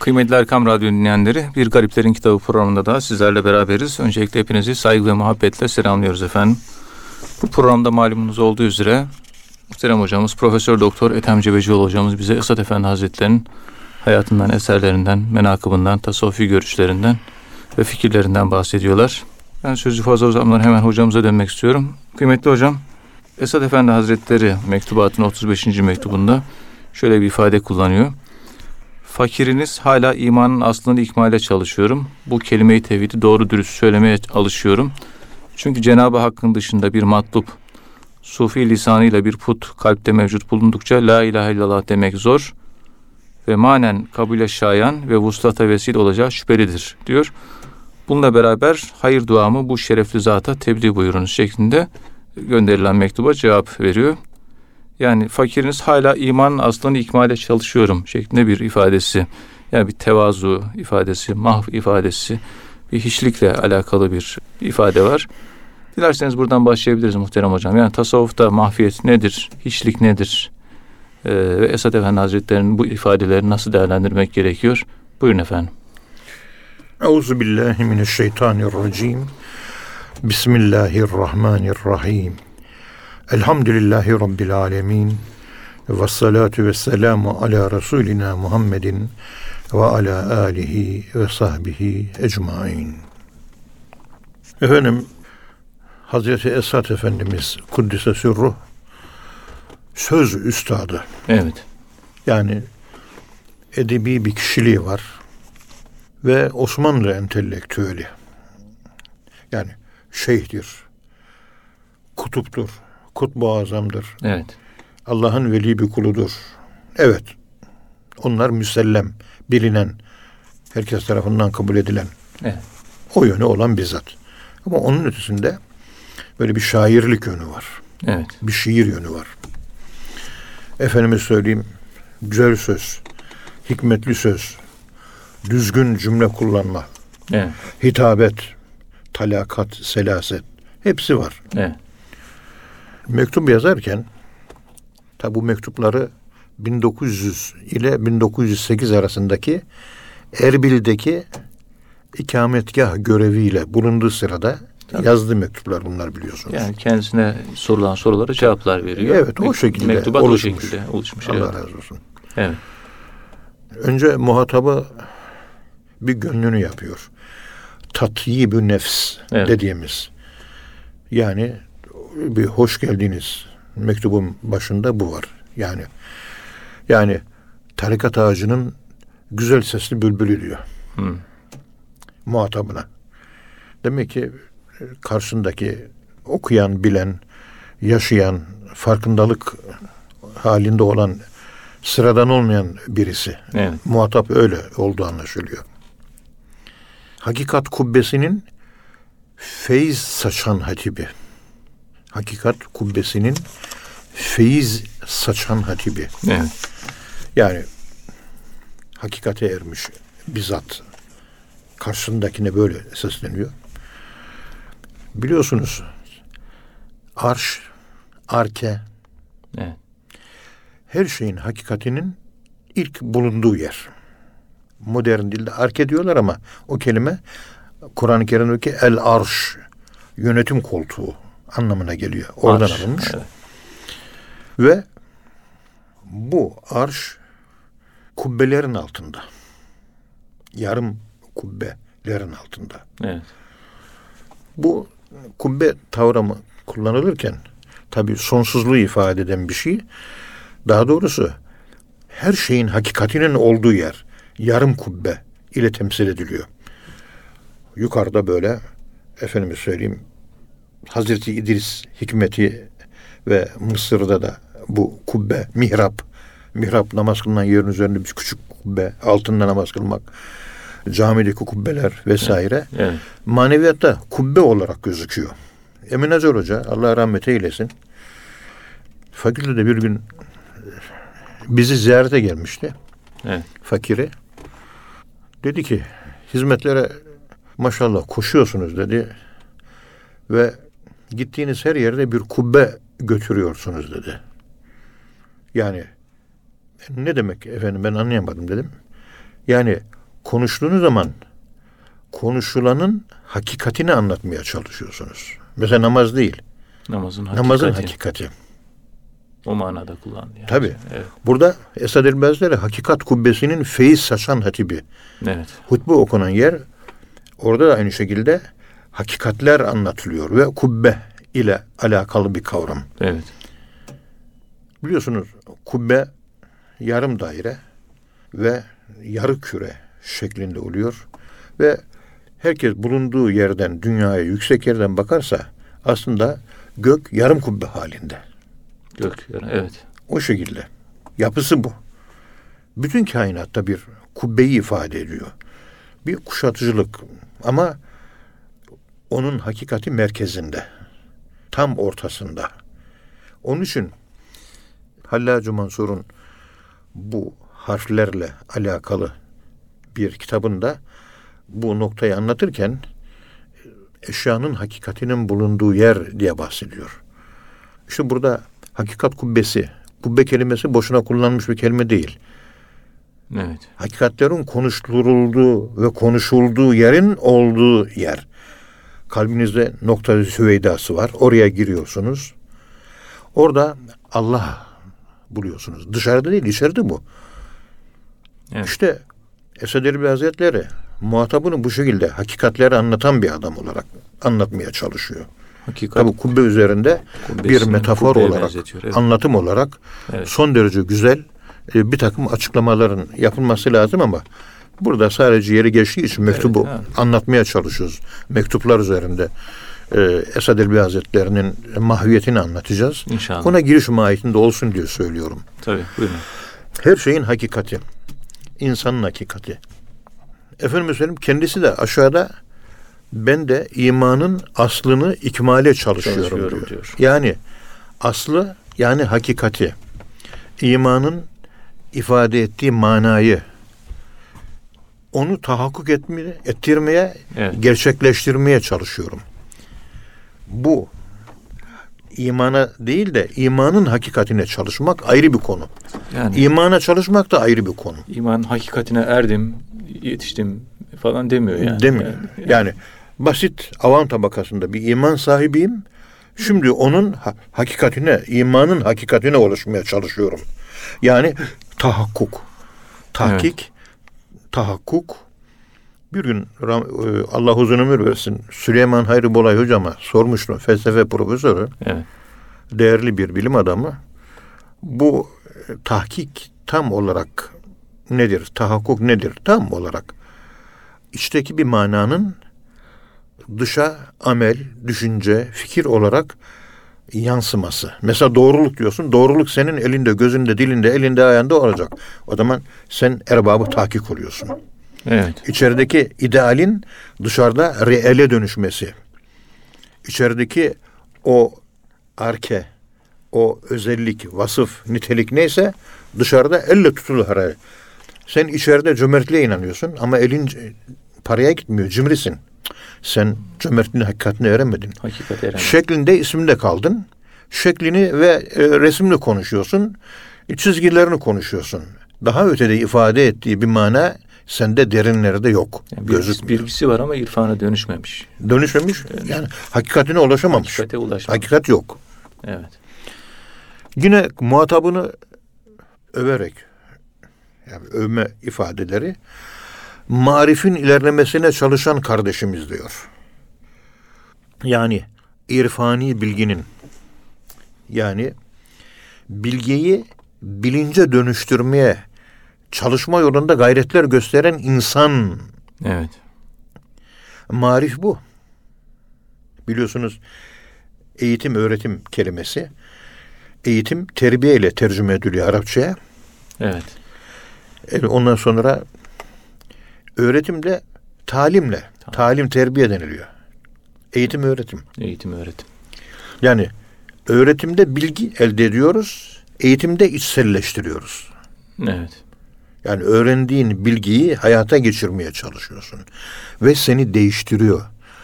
Kıymetli Erkam Radyo dinleyenleri, Bir Gariplerin Kitabı programında da sizlerle beraberiz. Öncelikle hepinizi saygı ve muhabbetle selamlıyoruz efendim. Bu programda malumunuz olduğu üzere muhterem hocamız Profesör Doktor Ethem Cebecioğlu hocamız bize Esad Efendi Hazretleri'nin hayatından, eserlerinden, menakıbından, tasavvufi görüşlerinden ve fikirlerinden bahsediyorlar. Ben sözü fazla uzatmadan hemen hocamıza dönmek istiyorum. Kıymetli hocam, Esad Efendi Hazretleri mektubatın 35. mektubunda şöyle bir ifade kullanıyor. Fakiriniz hala imanın aslını ikmale çalışıyorum. Bu kelime-i tevhidi doğru dürüst söylemeye alışıyorum. Çünkü Cenab-ı Hakk'ın dışında bir matlup, sufi lisanıyla bir put kalpte mevcut bulundukça la ilahe illallah demek zor ve manen kabule şayan ve vuslata vesile olacağı şüphelidir diyor. Bununla beraber hayır duamı bu şerefli zata tebliğ buyurunuz şeklinde gönderilen mektuba cevap veriyor. Yani fakiriniz hala imanın aslını ikmale çalışıyorum şeklinde bir ifadesi. Yani bir tevazu ifadesi, mahv ifadesi, bir hiçlikle alakalı bir ifade var. Dilerseniz buradan başlayabiliriz muhterem hocam. Yani tasavvufta mahfiyet nedir, hiçlik nedir? Ve Esad Efendi Hazretleri'nin bu ifadeleri nasıl değerlendirmek gerekiyor? Buyurun efendim. Euzubillahimineşşeytanirracim. Bismillahirrahmanirrahim. Elhamdülillahi Rabbil alemin. Vessalatu vesselamu ala Resulina Muhammedin ve ala alihi ve sahbihi ecmain. Efendim, Hazreti Esad Efendimiz Kuddise Sürruh söz üstadı. Evet. Yani edebi bir kişiliği var ve Osmanlı entelektüeli. Yani şeyhtir, kutuptur, kutbu azamdır. Evet. Allah'ın veli bir kuludur. Evet, onlar müsellem, bilinen, herkes tarafından kabul edilen, evet, o yönü olan bir zat. Ama onun ötesinde böyle bir şairlik yönü var. Evet. Bir şiir yönü var. Efendime söyleyeyim, güzel söz, hikmetli söz, düzgün cümle kullanma, evet, hitabet, talakat, selaset, hepsi var. evet. Mektup yazarken, tabi bu mektupları 1900 ile 1908 arasındaki Erbil'deki ikametgah göreviyle bulunduğu sırada yazdığı mektuplar bunlar, biliyorsunuz. Yani kendisine sorulan sorulara cevaplar veriyor. Evet, o şekilde mektubat oluşmuş. O şekilde oluşmuş. Allah evet. razı olsun. Evet. Önce muhatabı bir gönlünü yapıyor. Tatyib-ü nefs, evet, dediğimiz. Yani bir hoş geldiniz. Mektubun başında bu var. Yani tarikat ağacının güzel sesli bülbülü diyor. Muhatabına. Demek ki karşısındaki okuyan, bilen, yaşayan, farkındalık halinde olan, sıradan olmayan birisi. Evet. Muhatap öyle olduğu anlaşılıyor. Hakikat kubbesinin feyiz saçan hatibi. Hakikat kubbesinin feyiz saçan hatibi. Evet. Yani hakikate ermiş bir zat karşısındakine böyle sesleniyor. Biliyorsunuz, arş, arke, evet, her şeyin hakikatinin ilk bulunduğu yer. Modern dilde arke diyorlar ama o kelime Kur'an-ı Kerim'deki el arş, yönetim koltuğu anlamına geliyor. Oradan alınmış. Evet. Ve bu arş kubbelerin altında. Yarım kubbelerin altında. Evet. Bu kubbe kavramı kullanılırken tabii sonsuzluğu ifade eden bir şey. Daha doğrusu her şeyin hakikatinin olduğu yer yarım kubbe ile temsil ediliyor. Yukarıda böyle, efendime söyleyeyim, Hazreti İdris hikmeti ve Mısır'da da bu kubbe, mihrap namaz kılınan yerin üzerinde bir küçük kubbe, altında namaz kılmak, camideki kubbeler vesaire. Evet. Maneviyatta kubbe olarak gözüküyor. Emin Acar Hoca, Allah rahmet eylesin, fakültede bir gün bizi ziyarete gelmişti. Evet. Fakiri. Dedi ki, hizmetlere maşallah koşuyorsunuz dedi ve gittiğiniz her yerde bir kubbe götürüyorsunuz dedi. Yani ne demek efendim, ben anlayamadım dedim. Yani konuştuğunuz zaman konuşulanın hakikatini anlatmaya çalışıyorsunuz. Mesela namaz değil. Namazın hakikati. O manada kullandı. Yani. Tabii. Evet. Burada Esad Erbil Hazretleri Hakikat Kubbesi'nin feyiz saçan hatibi. Evet. Hutbe okunan yer, orada da aynı şekilde hakikatler anlatılıyor ve kubbe ile alakalı bir kavram. Evet. Biliyorsunuz kubbe yarım daire ve yarı küre şeklinde oluyor ve herkes bulunduğu yerden, dünyaya yüksek yerden bakarsa aslında gök yarım kubbe halinde. Gök, evet. O şekilde. Yapısı bu. Bütün kainatta bir kubbeyi ifade ediyor. Bir kuşatıcılık ama onun hakikati merkezinde. Tam ortasında. Onun için Hallacı Mansur'un bu harflerle alakalı bir kitabında bu noktayı anlatırken eşyanın hakikatinin bulunduğu yer diye bahsediyor. İşte burada hakikat kubbesi, kubbe kelimesi boşuna kullanılmış bir kelime değil. Evet. Hakikatlerin konuşturulduğu ve konuşulduğu yerin olduğu yer. Kalbinizde nokta süveydası var. Oraya giriyorsunuz. Orada Allah buluyorsunuz. Dışarıda değil, içeride bu. Evet. İşte Esad Erbil Hazretleri muhatabını bu şekilde hakikatleri anlatan bir adam olarak anlatmaya çalışıyor. Hakikat. Tabii kubbe üzerinde bir metafor olarak, evet. anlatım olarak evet. son derece güzel bir takım açıklamaların yapılması lazım ama burada sadece yeri geçtiği için mektubu anlatmaya çalışıyoruz. Mektuplar üzerinde Esad Erbil Hazretleri'nin mahviyetini anlatacağız. İnşallah. Ona giriş mahiyetinde olsun diye söylüyorum. Tabii, buyurun. Her şeyin hakikati, insanın hakikati. Efendimiz Efendim kendisi de aşağıda ben de imanın aslını ikmale çalışıyorum diyor. Yani aslı, yani hakikati, imanın ifade ettiği manayı, onu tahakkuk ettirmeye, gerçekleştirmeye çalışıyorum. Bu imana değil de imanın hakikatine çalışmak ayrı bir konu. Yani imana çalışmak da ayrı bir konu. İmanın hakikatine erdim, yetiştim falan demiyor yani. Demiyor. Yani basit avam tabakasında bir iman sahibiyim. Şimdi onun hakikatine, imanın hakikatine ulaşmaya çalışıyorum. Yani tahakkuk, tahkik, tahakkuk. Bir gün Allah uzun ömür versin, Süleyman Hayri Bolay hocama sormuştum, felsefe profesörü. Evet. Değerli bir bilim adamı. Bu tahkik tam olarak nedir? Tahakkuk nedir? Tam olarak içteki bir mananın dışa amel, düşünce, fikir olarak yansıması. Mesela doğruluk diyorsun. Doğruluk senin elinde, gözünde, dilinde, elinde, ayağında olacak. O zaman sen erbabı tahkik oluyorsun. Evet. İçerideki idealin dışarıda reele dönüşmesi. İçerideki o arke, o özellik, vasıf, nitelik neyse dışarıda elle tutulur herhalde. Sen içeride cömertliğe inanıyorsun ama elin paraya gitmiyor, cimrisin. Sen cömertliğin hakikatine eremedin. Hakikate eremedin. Şeklinde, isimde kaldın. Şeklini ve resimle konuşuyorsun. Çizgilerini konuşuyorsun. Daha ötede ifade ettiği bir mana sende derinlerde yok. Yani bilgisi var ama irfana dönüşmemiş. Dönüşmemiş. Yani hakikatine ulaşamamış. Hakikate ulaşmamış. Hakikat yok. Evet. Yine muhatabını överek, yani övme ifadeleri, marifin ilerlemesine çalışan kardeşimiz diyor. Yani irfani bilginin, yani bilgiyi bilince dönüştürmeye çalışma yolunda gayretler gösteren insan. Evet. Marif bu. Biliyorsunuz eğitim, öğretim kelimesi, eğitim terbiye ile tercüme ediliyor Arapçaya. Evet. Ondan sonra öğretim de talimle, talim terbiye deniliyor. Eğitim, öğretim. Eğitim, öğretim. Yani öğretimde bilgi elde ediyoruz, eğitimde içselleştiriyoruz. Evet. Yani öğrendiğin bilgiyi hayata geçirmeye çalışıyorsun. Ve seni değiştiriyor.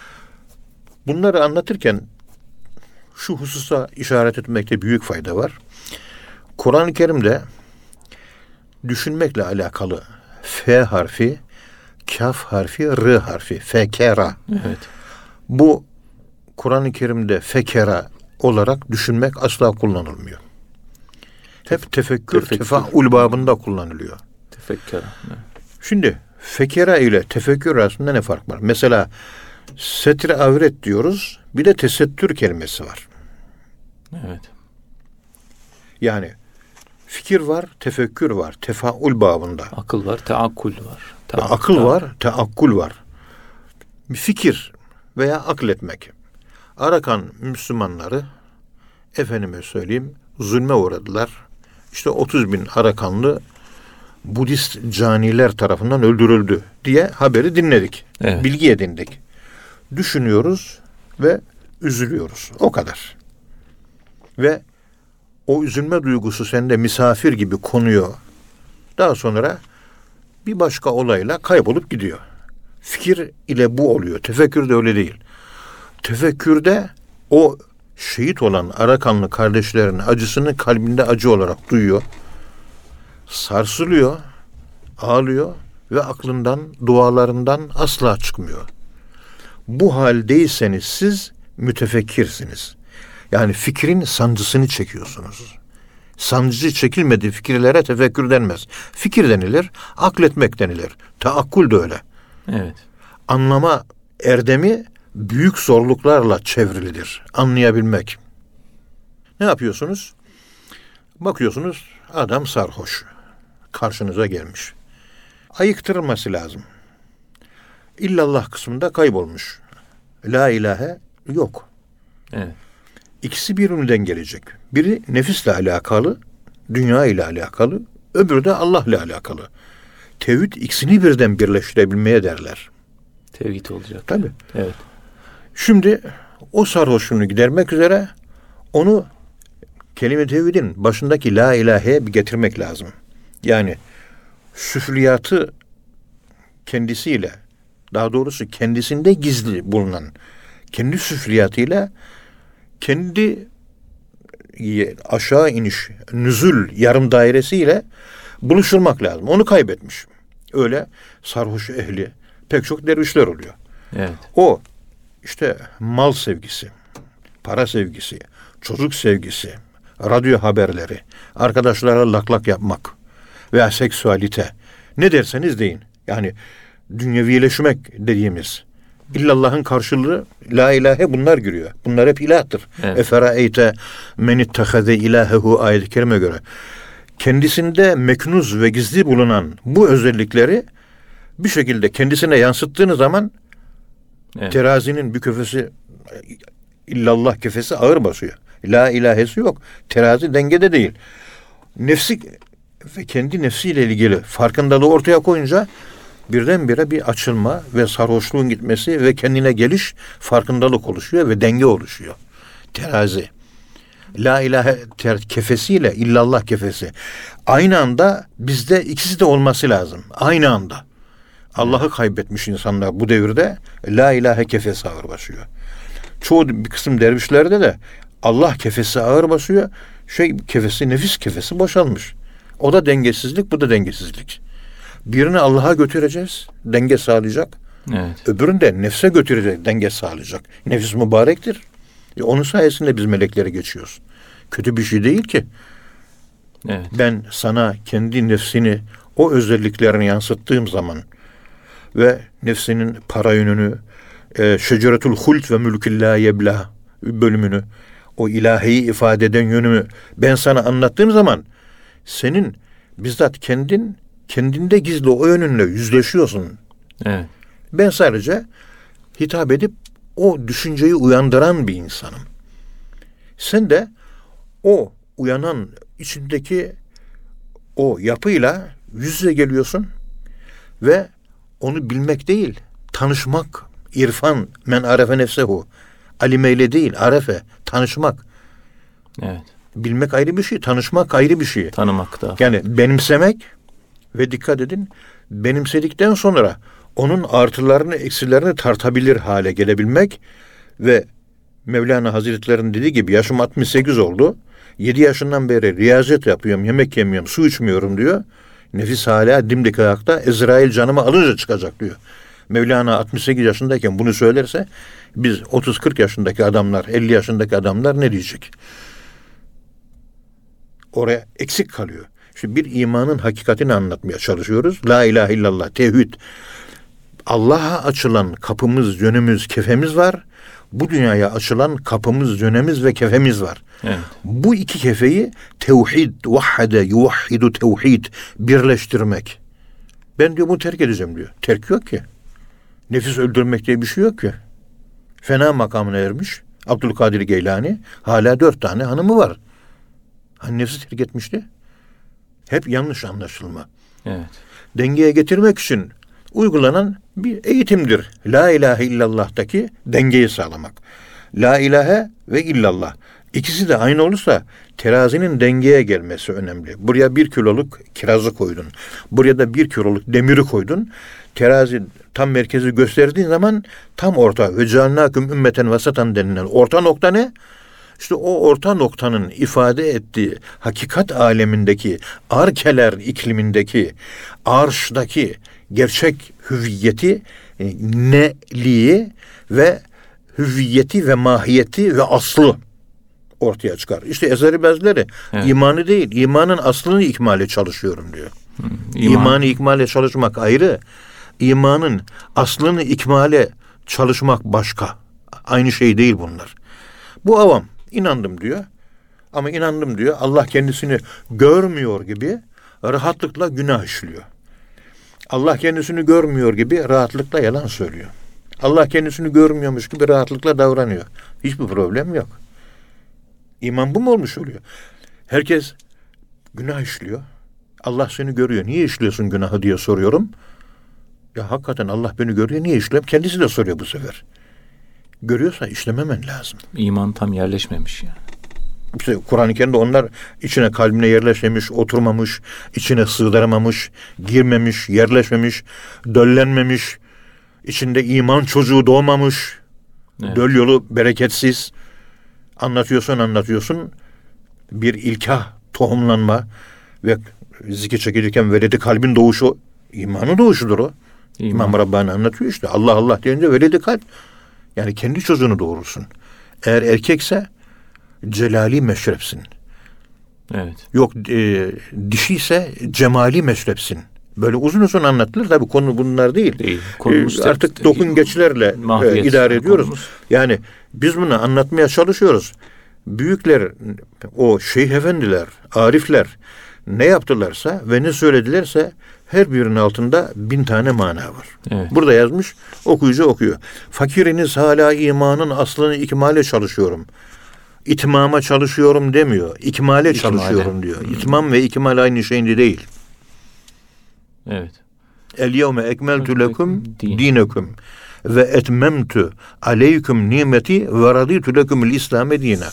Bunları anlatırken şu hususa işaret etmekte büyük fayda var. Kur'an-ı Kerim'de düşünmekle alakalı F harfi kaf harfi, r harfi, fekera. Evet. Bu Kur'an-ı Kerim'de fekera olarak düşünmek asla kullanılmıyor. Hep tefekkür. Tefaul babında kullanılıyor. Tefekkür. Şimdi fekera ile tefekkür arasında ne fark var? Mesela setre avret diyoruz. Bir de tesettür kelimesi var. Evet. Yani fikir var, tefekkür var. Tefaul babında. Akıl var, teakkul var. Akıl var, teakkul var. Bir fikir veya akletmek. Arakan Müslümanları, efendime söyleyeyim, zulme uğradılar. İşte 30 bin Arakanlı Budist caniler tarafından öldürüldü diye haberi dinledik. Evet. Bilgi edindik. Düşünüyoruz ve üzülüyoruz. O kadar. Ve o üzülme duygusu sende misafir gibi konuyor. Daha sonra bir başka olayla kaybolup gidiyor. Fikir ile bu oluyor. Tefekkür de öyle değil. Tefekkürde o şehit olan Arakanlı kardeşlerin acısını kalbinde acı olarak duyuyor. Sarsılıyor, ağlıyor ve aklından, dualarından asla çıkmıyor. Bu haldeyseniz siz mütefekkirsiniz. Yani fikrin sancısını çekiyorsunuz. Sancı çekilmediği fikirlere tefekkür denmez. Fikir denilir, akletmek denilir. Taakkul da öyle. Evet. Anlama erdemi büyük zorluklarla çevrilidir. Anlayabilmek. Ne yapıyorsunuz? Bakıyorsunuz adam sarhoş. Karşınıza gelmiş. Ayıktırılması lazım. İllallah kısmında kaybolmuş. La ilahe yok. Evet. İkisi birbirinden gelecek. Biri nefisle alakalı, dünya ile alakalı, öbürü de Allah'la alakalı. Tevhid ikisini birden birleştirebilmeye derler. Tevhid olacak. Tabii. Evet. Şimdi o sarhoşluğunu gidermek üzere onu kelime-i tevhidin başındaki la ilaheye bir getirmek lazım. Yani süfliyatı kendisiyle, daha doğrusu kendisinde gizli bulunan kendi süfliyatıyla kendi aşağı iniş, nüzul yarım dairesiyle buluşturmak lazım. Onu kaybetmiş. Öyle sarhoş ehli pek çok dervişler oluyor. Evet. O işte mal sevgisi, para sevgisi, çocuk sevgisi, radyo haberleri, arkadaşlara lak yapmak veya seksüalite, ne derseniz deyin. Yani dünyevileşmek dediğimiz illallah'ın karşılığı la ilahe bunlar giriyor. Bunlar hep ilahtır. Evet. Eferaeyte men ittehade ilahehu ayet-i kerime göre. Kendisinde meknuz ve gizli bulunan bu özellikleri bir şekilde kendisine yansıttığınız zaman Evet. terazinin bir kefesi, illallah kefesi ağır basıyor. La ilahesi yok. Terazi dengede değil. Nefsi ve kendi nefsiyle ilgili farkındalığı ortaya koyunca birdenbire bir açılma ve sarhoşluğun gitmesi ve kendine geliş, farkındalık oluşuyor ve denge oluşuyor. Terazi. La ilahe kefesiyle illallah kefesi. Aynı anda bizde ikisi de olması lazım. Aynı anda. Allah'ı kaybetmiş insanlar bu devirde la ilahe kefesi ağır basıyor. Çoğu bir kısım dervişlerde de Allah kefesi ağır basıyor. Kefesi, nefis kefesi boşalmış. O da dengesizlik, bu da dengesizlik. Birini Allah'a götüreceğiz, denge sağlayacak. Evet. Öbürünü de nefse götürecek, denge sağlayacak. Nefis mübarektir. Onun sayesinde biz meleklere geçiyoruz. Kötü bir şey değil ki. Evet. Ben sana kendi nefsini, o özelliklerini yansıttığım zaman ve nefsinin para yönünü, şeceretul hult ve mülkü la yebla bölümünü, o ilahiyi ifade eden yönümü ben sana anlattığım zaman senin bizzat kendinde gizli o yönünle yüzleşiyorsun. Evet. Ben sadece hitap edip o düşünceyi uyandıran bir insanım. Sen de o uyanan içindeki o yapıyla yüz yüze geliyorsun ve onu bilmek değil, tanışmak, irfan, men arefe nefsehu. Alimeyle değil, arefe, tanışmak. Evet. Bilmek ayrı bir şey, tanışmak ayrı bir şey. Tanımak da. Yani benimsemek ve dikkat edin, benimsedikten sonra onun artılarını, eksilerini tartabilir hale gelebilmek ve Mevlana Hazretleri'nin dediği gibi yaşım 68 oldu. 7 yaşından beri riyazet yapıyorum, yemek yemiyorum, su içmiyorum diyor. Nefis hala dimdik ayakta. Ezrail canımı alınca çıkacak diyor. Mevlana 68 yaşındayken bunu söylerse biz 30-40 yaşındaki adamlar, 50 yaşındaki adamlar ne diyecek? Oraya eksik kalıyor. Şimdi bir imanın hakikatini anlatmaya çalışıyoruz. La ilahe illallah, tevhid. Allah'a açılan kapımız, yönümüz, kefemiz var. Bu dünyaya açılan kapımız, yönemiz ve kefemiz var. Evet. Bu iki kefeyi tevhid, vahhede, yuvahhidu tevhid, birleştirmek. Ben diyor bunu terk edeceğim diyor. Terk yok ki. Nefis öldürmek diye bir şey yok ki. Fena makamına ermiş Abdülkadir Geylani. Hala 4 tane hanımı var. Hani nefsi terk etmişti? Hep yanlış anlaşılma. Evet. Dengeye getirmek için uygulanan bir eğitimdir. La ilahe illallah'taki dengeyi sağlamak. La ilahe ve illallah. İkisi de aynı olursa terazinin dengeye gelmesi önemli. Buraya 1 kiloluk kirazı koydun. Buraya da 1 kiloluk demiri koydun. Terazi tam merkezi gösterdiğin zaman tam orta. Ve cealnâküm ümmeten vasatan denilen orta nokta ne? İşte o orta noktanın ifade ettiği hakikat alemindeki, arkeler iklimindeki, arşdaki gerçek hüviyeti, neliği ve hüviyeti ve mahiyeti ve aslı ortaya çıkar. İşte Ezheri bezleri imanı değil, imanın aslını ikmale çalışıyorum diyor. İmanı ikmale çalışmak ayrı, imanın aslını ikmale çalışmak başka. Aynı şey değil bunlar. Bu avam. İnandım diyor. Ama inandım diyor. Allah kendisini görmüyor gibi rahatlıkla günah işliyor. Allah kendisini görmüyor gibi rahatlıkla yalan söylüyor. Allah kendisini görmüyormuş gibi rahatlıkla davranıyor. Hiçbir problem yok. İman bu mu olmuş oluyor? Herkes günah işliyor. Allah seni görüyor. Niye işliyorsun günahı diye soruyorum. Ya hakikaten Allah beni görüyor. Niye işliyorum? Kendisi de soruyor bu sefer. Görüyorsa işlememen lazım. İman tam yerleşmemiş yani. İşte Kur'an-ı Kerim'de onlar içine, kalbine yerleşmemiş, oturmamış, içine sığdıramamış, girmemiş, yerleşmemiş, döllenmemiş, içinde iman çocuğu doğmamış, Evet. döl yolu bereketsiz. Anlatıyorsun, bir ilkah, tohumlanma ve zikir çekilirken veledi kalbin doğuşu, imanın doğuşudur o. İmam Rabbani anlatıyor işte. Allah Allah deyince veledi kalp. Yani kendi çocuğunu doğurursun. Eğer erkekse celali meşrepsin. Evet. Yok dişi ise cemali meşrepsin. Böyle uzun uzun anlatılır. Tabii konu bunlar değil. Artık dokun geçlerle idare ediyoruz. Konumuz. Yani biz bunu anlatmaya çalışıyoruz. Büyükler, o şeyh efendiler, arifler ne yaptılarsa ve ne söyledilerse her birinin altında 1000 tane mana var. Evet. Burada yazmış, okuyucu okuyor. Fakiriniz hala imanın aslını ikmale çalışıyorum. İtmama çalışıyorum demiyor. İkmale çalışıyorum diyor. İtmam ve ikmal aynı şey değil. Evet. El yevme ekmeltu lekum dinekum ve etmemtu aleyküm nimeti ve raditu lekumul İslam'e dine.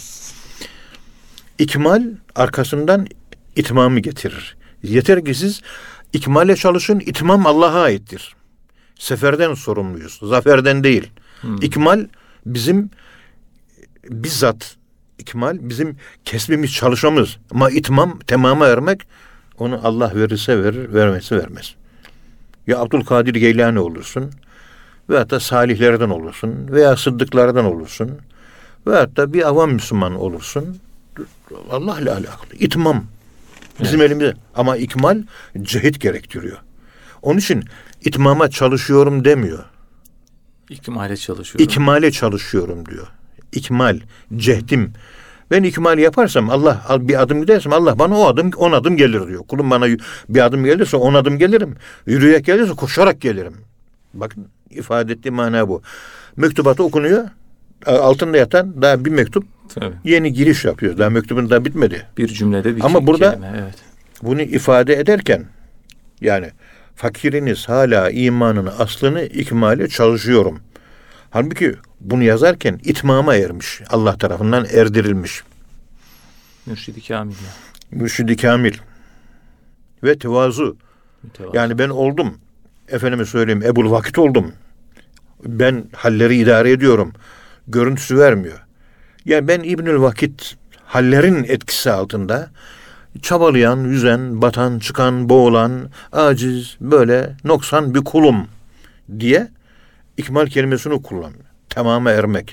İkmal arkasından itmamı getirir. Yeter ki siz ikmale çalışın. İtmam Allah'a aittir. Seferden sorumluyuz. Zaferden değil. İkmal bizim bizzat bizim kesbimiz, çalışmamız. Ama itmam, temama ermek onu Allah verirse verir, vermezse vermez. Ya Abdülkadir Geylani olursun veyahut da salihlerden olursun veya sıddıklardan olursun veyahut da bir avam Müslüman olursun. Allah ile alakalı. İtmam bizim elimizde. Ama ikmal cehit gerektiriyor. Onun için itmama çalışıyorum demiyor. İkmale çalışıyorum. İkmale çalışıyorum diyor. İkmal, cehdim. Ben ikmal yaparsam Allah bir adım gidersem Allah bana 10 adım gelir diyor. Kulum bana bir adım gelirse 10 adım gelirim. Yürüyerek gelirse koşarak gelirim. Bakın ifade ettiği mana bu. Mektubatı okunuyor. Altında yatan daha bir mektup. Tabii. Yeni giriş yapıyor. Daha mektubun daha bitmedi. Bir cümlede bir ama burada kelime, evet. Bunu ifade ederken yani fakiriniz hala imanın aslını ikmale çalışıyorum. Halbuki bunu yazarken itmama ermiş. Allah tarafından erdirilmiş. Mürşid-i Kamil. Mürşid-i Kamil. Ve tevazu. Mütevazı. Yani ben oldum. Efendime söyleyeyim Ebul Vakit oldum. Ben halleri idare ediyorum. Görüntüsü vermiyor. Yani ben İbnül Vakit hallerin etkisi altında çabalayan, yüzen, batan, çıkan, boğulan, aciz, böyle noksan bir kulum diye ikmal kelimesini kullanıyor. Tamama ermek.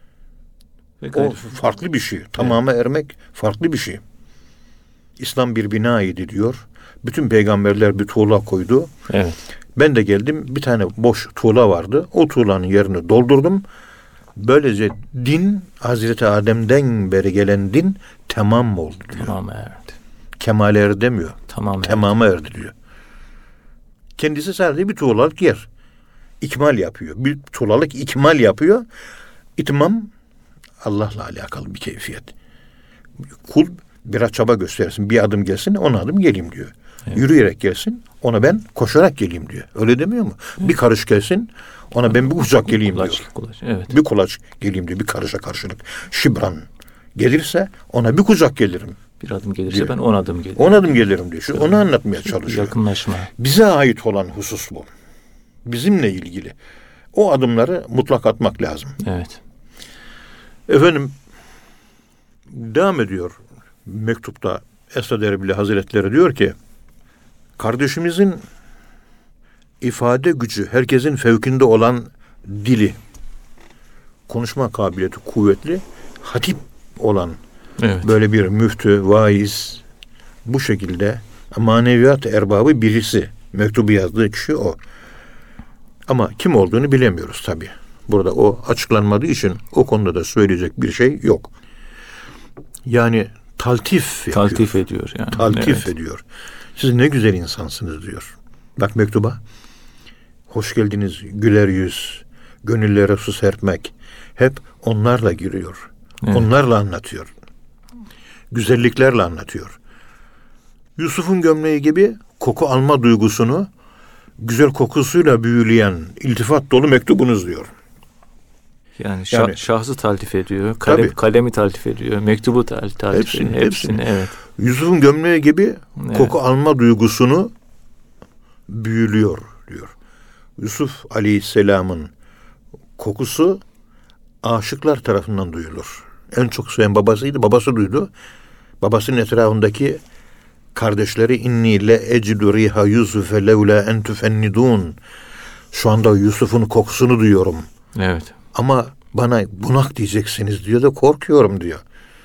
O farklı bir şey. Tamama ermek farklı bir şey. İslam bir binaydı diyor. Bütün peygamberler bir tuğla koydu. Evet. Ben de geldim, bir tane boş tuğla vardı. O tuğlanın yerini doldurdum. Böylece din, Hazreti Adem'den beri gelen din tamam oldu diyor. Tamam erdi. Kemale erdi demiyor. Tamama erdi diyor. Kendisi sadece bir tuğlalık yer. İkmal yapıyor. Bir tuğlalık ikmal yapıyor. İtmam Allah'la alakalı bir keyfiyet. Kul biraz çaba göstersin. Bir adım gelsin, 10 adım geleyim diyor. Evet. Yürüyerek gelsin, ona ben koşarak geleyim diyor. Öyle demiyor mu? Evet. Bir karış gelsin, ona ben bir kucak geleyim diyor. Evet. Bir kulaç geleyim diyor, bir karışa karşılık. Şibran gelirse ona bir kucak gelirim. Bir adım gelirse diyor. Ben 10 adım gelirim. 10 adım gelirim diyor. Onu anlatmaya çalışıyor. Yakınlaşma. Bize ait olan husus bu. Bizimle ilgili. O adımları mutlak atmak lazım. Evet. Efendim, devam ediyor mektupta Esad Erbil Hazretleri diyor ki, kardeşimizin ifade gücü herkesin fevkinde olan dili, konuşma kabiliyeti kuvvetli, hatip olan böyle bir müftü, vaiz, bu şekilde maneviyat erbabı birisi. Mektubu yazdığı kişi o. Ama kim olduğunu bilemiyoruz tabii. Burada o açıklanmadığı için o konuda da söyleyecek bir şey yok. Yani taltif ediyor yani. Taltif ediyor. Siz ne güzel insansınız diyor. Bak mektuba. Hoş geldiniz, güler yüz, gönüllere su serpmek. Hep onlarla giriyor. Evet. Onlarla anlatıyor. Güzelliklerle anlatıyor. Yusuf'un gömleği gibi koku alma duygusunu güzel kokusuyla büyüleyen iltifat dolu mektubunuz diyor. Yani şahsı taltif ediyor, kalemi taltif ediyor, mektubu taltif ediyor. Hepsini. Evet. Yusuf'un gömleği gibi koku alma duygusunu büyülüyor diyor. Yusuf Aleyhisselam'ın kokusu aşıklar tarafından duyulur. En çok seven babasıydı, babası duydu. Babasının etrafındaki kardeşleri inni le ecidu riha Yusuf'e levla en tufennidun. Şu anda Yusuf'un kokusunu duyuyorum. Evet. Ama bana bunak diyeceksiniz diyor da korkuyorum diyor.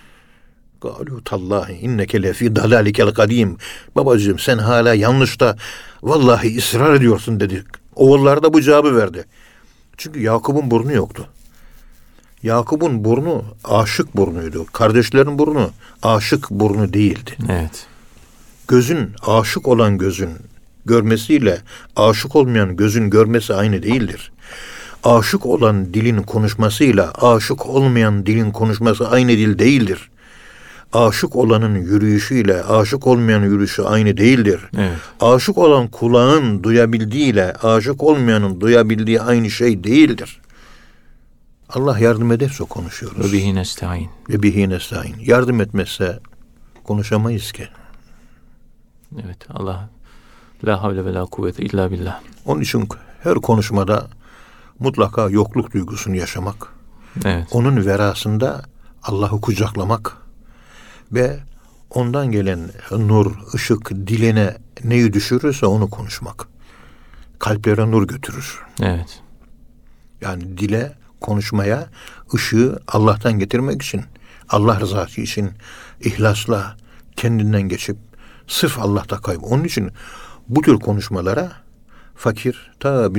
Galu tallahi inneke lefi dalalikel kadim. Babacığım sen hala yanlışta vallahi ısrar ediyorsun dedi. Oğullar da bu cevabı verdi. Çünkü Yakup'un burnu yoktu. Yakup'un burnu aşık burnuydu. Kardeşlerin burnu aşık burnu değildi. Evet. Gözün, aşık olan gözün görmesiyle aşık olmayan gözün görmesi aynı değildir. Aşık olan dilin konuşmasıyla aşık olmayan dilin konuşması aynı dil değildir. Aşık olanın yürüyüşüyle aşık olmayan yürüyüşü aynı değildir. Evet. Aşık olan kulağın duyabildiğiyle aşık olmayanın duyabildiği aynı şey değildir. Allah yardım ederse konuşuyoruz. Ve bihi nestaîn. Ve bihi nestaîn. Yardım etmezse konuşamayız ki. Evet, Allah la havle ve la kuvvete illa billah. Onun için her konuşmada mutlaka yokluk duygusunu yaşamak. Evet. Onun verasında Allah'ı kucaklamak ve ondan gelen nur, ışık diline neyi düşürürse onu konuşmak. Kalplere nur götürür. Evet. Yani dile, konuşmaya ışığı Allah'tan getirmek için, Allah rızası için ihlasla kendinden geçip sırf Allah'ta kaybı. Onun için bu tür konuşmalara fakir ta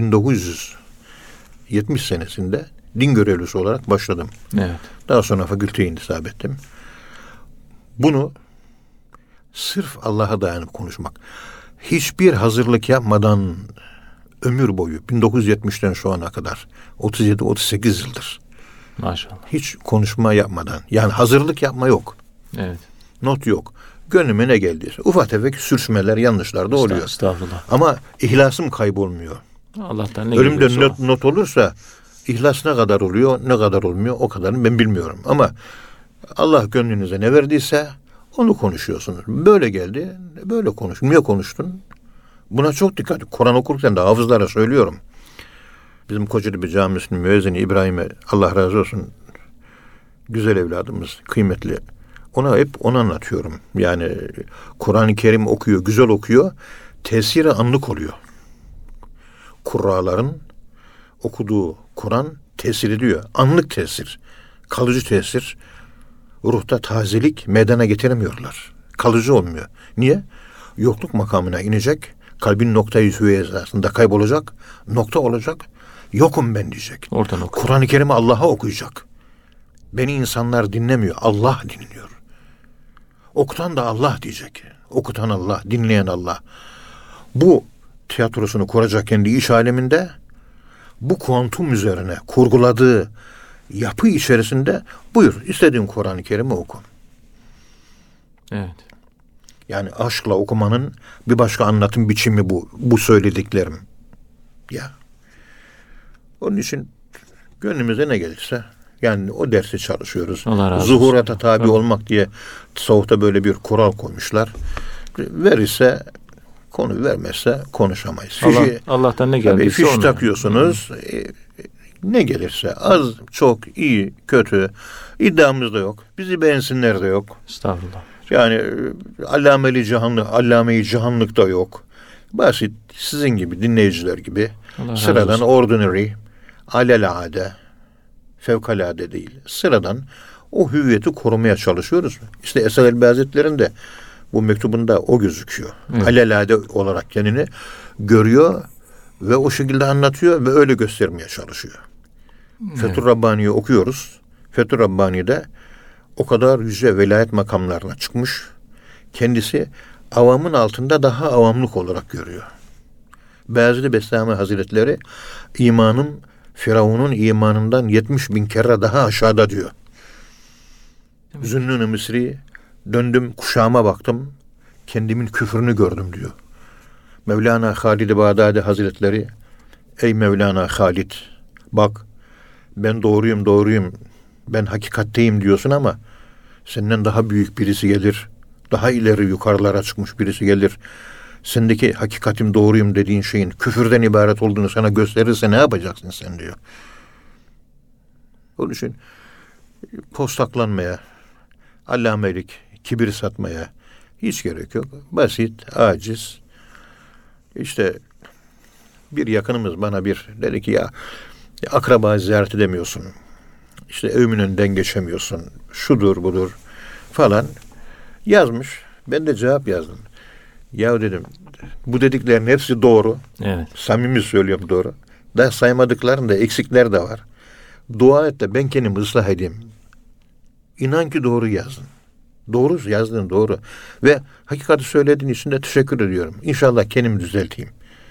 1970 senesinde din görevlisi olarak başladım. Evet. Daha sonra fakülteye intisap ettim. Bunu sırf Allah'a dayanıp konuşmak. Hiçbir hazırlık yapmadan ömür boyu 1970'ten şu ana kadar 37-38 yıldır. Maşallah. Hiç konuşma yapmadan. Yani hazırlık yapma yok. Evet. Not yok. Gönlüme ne geldiyse. Ufak tefek sürçmeler, yanlışlar da oluyor. Estağfurullah. Ama ihlasım kaybolmuyor. Allah'tan ne önümde not olursa ihlas ne kadar oluyor, ne kadar olmuyor o kadarını ben bilmiyorum. Ama Allah gönlünüze ne verdiyse onu konuşuyorsunuz. Böyle geldi, böyle konuş. Niye konuştun? Buna çok dikkat. Kur'an okurken de hafızlara söylüyorum. Bizim Kocaeli Camisi'nin müezzini İbrahim'e Allah razı olsun, güzel evladımız, kıymetli. Ona hep onu anlatıyorum. Yani Kur'an-ı Kerim okuyor, güzel okuyor. Tesiri anlık oluyor. Kurraların okuduğu Kur'an tesir ediyor. Anlık tesir. Kalıcı tesir. Ruhta tazelik meydana getiremiyorlar. Kalıcı olmuyor. Niye? Yokluk makamına inecek. Kalbin noktayı hüviyesinde kaybolacak. Nokta olacak. Yokum ben diyecek. Kur'an-ı Kerim'i Allah'a okuyacak. Beni insanlar dinlemiyor. Allah dinliyor. Okutan da Allah diyecek. Okutan Allah, dinleyen Allah. Bu tiyatrosunu kuracak kendi iş aleminde, bu kuantum üzerine kurguladığı yapı içerisinde buyur istediğin Kur'an-ı Kerim'i oku. Evet. Yani aşkla okumanın bir başka anlatım biçimi bu. Bu söylediklerim. Ya. Onun için gönlümüze ne gelirse yani o dersi çalışıyoruz. Zuhurata tabi olmak diye tasavvufta böyle bir kural koymuşlar. Verirse konu, vermezse konuşamayız. Allah'tan ne geldiyse fiş takıyorsunuz. Ne gelirse az, çok, iyi, kötü iddiamız da yok. Bizi beğensinler de yok. Estağfurullah. Yani allame-i cihanlık da yok. Basit, sizin gibi dinleyiciler gibi sıradan ordinary, alelade, fevkalade değil. Sıradan o hüviyeti korumaya çalışıyoruz. İşte Esad Elbi Hazretleri'nin de bu mektubunda o gözüküyor. Evet. Alelade olarak kendini görüyor ve o şekilde anlatıyor ve öyle göstermeye çalışıyor. Evet. Fethur Rabbani'yi okuyoruz. Fethur Rabbani'de o kadar yüce velayet makamlarına çıkmış. Kendisi avamın altında daha avamlık olarak görüyor. Beyazıt Bestami Hazretleri imanım Firavun'un imanından 70.000 kere daha aşağıda diyor. Zünnun-u Misri döndüm kuşağıma baktım kendimin küfrünü gördüm diyor. Mevlana Halid-i Bağdadi Hazretleri ey Mevlana Halid bak ben doğruyum ben hakikatteyim diyorsun ama senden daha büyük birisi gelir. Daha ileri yukarılara çıkmış birisi gelir. Sendeki hakikatim doğruyum dediğin şeyin küfürden ibaret olduğunu sana gösterirse ne yapacaksın sen diyor. Onun için postaklanmaya, allamelik, kibir satmaya hiç gerek yok. Basit, aciz. İşte bir yakınımız bana dedi ki ya akraba ziyaret edemiyorsun. İşte evimin önünden geçemiyorsun. Şudur budur falan yazmış. Ben de cevap yazdım. Ya dedim bu dediklerin hepsi doğru. Evet. Samimi söylüyorum doğru. Daha saymadıklarında eksikler de var. Dua et de ben kendimi ıslah edeyim. İnan ki doğru yazdın. Doğru yazdın doğru. Ve hakikati söylediğin için de teşekkür ediyorum. İnşallah kendimi düzelteyim.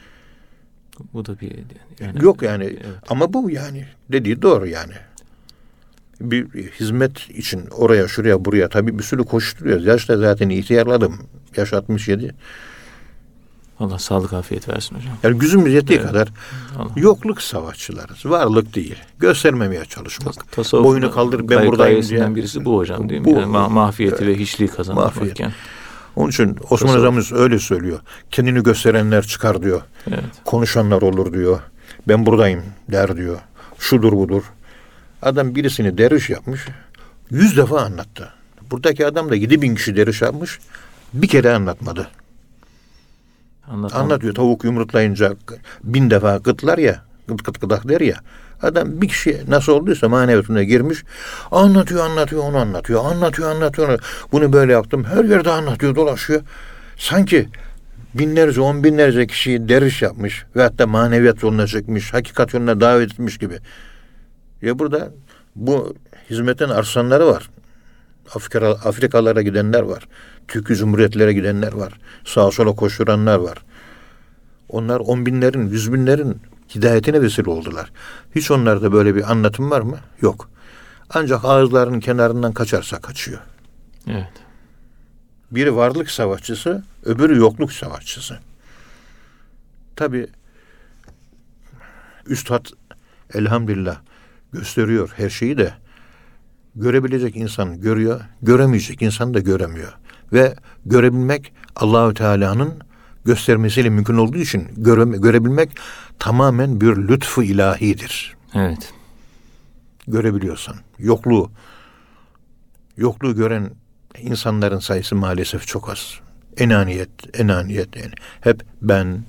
Bu da bir yok yani evet. Ama bu yani dediği doğru yani. Bir hizmet için oraya şuraya buraya tabii bir sürü koşturuyoruz. Yaşta zaten ihtiyarladım. Yaş 67. Allah sağlık afiyet versin hocam. Yani gücümüz yettiği kadar yokluk savaşçılarız. Varlık değil. Göstermemeye çalışmak. Boynu kaldır ben buradayım diye. Birisi bu hocam değil mi? Yani mahfiyeti ve hiçliği kazanmak. Onun için Osman Hocamız öyle söylüyor. Kendini gösterenler çıkar diyor. Evet. Konuşanlar olur diyor. Ben buradayım der diyor. Şudur budur. Adam birisini derviş yapmış. 100 defa anlattı. Buradaki adam da 7.000 kişi derviş yapmış. Bir kere anlatmadı. Anlatıyor. Tavuk yumurtlayınca 1000 defa gıtlar ya. Gıdak der ya. Adam bir kişi nasıl olduysa maneviyatına girmiş. Anlatıyor onu anlatıyor. Anlatıyor. Bunu böyle yaptım. Her yerde anlatıyor dolaşıyor. Sanki binlerce, 10 binlerce kişiyi derviş yapmış. Ve hatta maneviyat yoluna çekmiş. Hakikat yoluna davet etmiş gibi. Ya burada bu hizmetin arslanları var. Afrikalara gidenler var. Türk Cumhuriyetlere gidenler var. Sağa sola koşturanlar var. Onlar 10 binlerin, 100 binlerin hidayetine vesile oldular. Hiç onlarda böyle bir anlatım var mı? Yok. Ancak ağızlarının kenarından kaçarsa kaçıyor. Evet. Biri varlık savaşçısı, öbürü yokluk savaşçısı. Tabii Üstad elhamdülillah gösteriyor her şeyi de görebilecek insan görüyor, göremeyecek insan da göremiyor. Ve görebilmek Allahü Teala'nın göstermesiyle mümkün olduğu için görebilmek tamamen bir lütfu ilahidir. Evet. Görebiliyorsan. Yokluğu gören insanların sayısı maalesef çok az. Enaniyet yani. Hep ben.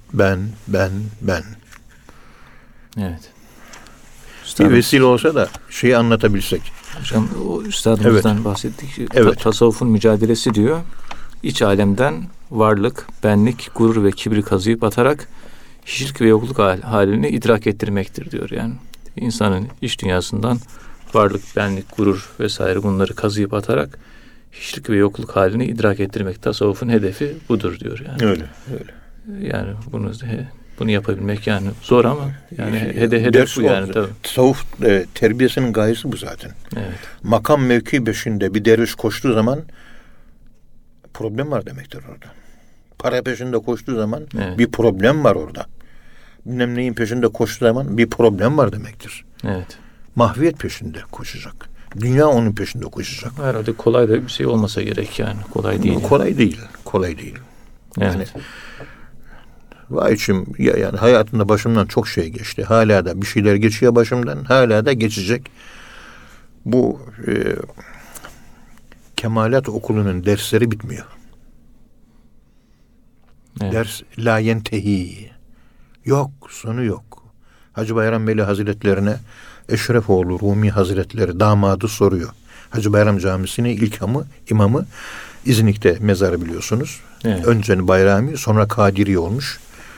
Evet. Bir vesile olsa da şeyi anlatabilsek. Hocam o üstadımızdan bahsettik. Evet. Tasavvufun mücadelesi diyor. İç alemden varlık, benlik, gurur ve kibri kazıyıp atarak hiçlik ve yokluk halini idrak ettirmektir diyor. Yani insanın iç dünyasından varlık, benlik, gurur vesaire bunları kazıyıp atarak hiçlik ve yokluk halini idrak ettirmek. Tasavvufun hedefi budur diyor yani. Öyle. Yani bunu yapabilmek yani zor ama yani hedef bu yani tabii. Tasavvuf terbiyesinin gayesi bu zaten. Evet. Makam mevki peşinde bir derviş koştuğu zaman problem var demektir orada. Para peşinde koştuğu zaman bir problem var orada. Bilmem neyin peşinde koştuğu zaman bir problem var demektir. Evet. Mahviyet peşinde koşacak. Dünya onun peşinde koşacak. Herhalde kolay da bir şey olmasa gerek yani. Kolay değil. Kolay değil. Evet. Yani vay içim yani hayatımda başımdan çok şey geçti. Hala da bir şeyler geçiyor başımdan. Hala da geçecek. Bu Kemalat Okulu'nun dersleri bitmiyor. Evet. Ders la yentehi. Yok, sonu yok. Hacı Bayram Veli Hazretlerine Eşrefoğlu Rumi Hazretleri damadı soruyor. Hacı Bayram Camisi'nin ilk imamı İznik'te mezarı biliyorsunuz. Evet. Önce Bayrami sonra Kadiri olmuş.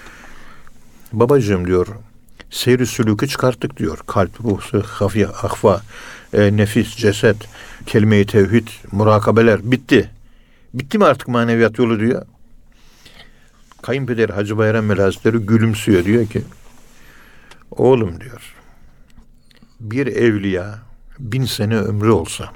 Babacığım diyor, seyri sülûkü çıkarttık diyor. Kalp, ruh, hafi, ahva, nefis, ceset, kelime-i tevhid, murakabeler bitti. Bitti mi artık maneviyat yolu diyor. Kayınpeder Hacı Bayram Veli Hazretleri gülümsüyor. Diyor ki, oğlum diyor, bir evliya 1000 sene ömrü olsa,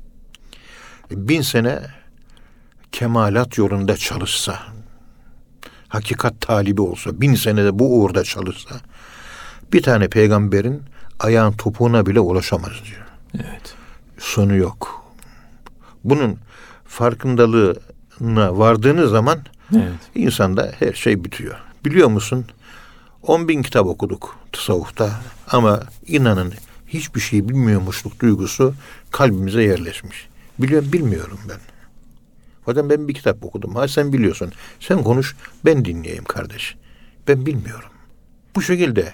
1000 sene kemalat yolunda çalışsa, hakikat talibi olsa, 1000 senede bu uğurda çalışsa, bir tane peygamberin ayağın topuğuna bile ulaşamaz diyor. Evet. Sonu yok. Bunun farkındalığına vardığınız zaman insanda her şey bitiyor. Biliyor musun? 10.000 kitap okuduk tasavvufta ama inanın hiçbir şey bilmiyormuşluk duygusu kalbimize yerleşmiş. Bilmiyorum ben. Zaten ben bir kitap okudum. Ha sen biliyorsun. Sen konuş, ben dinleyeyim kardeş. Ben bilmiyorum. Bu şekilde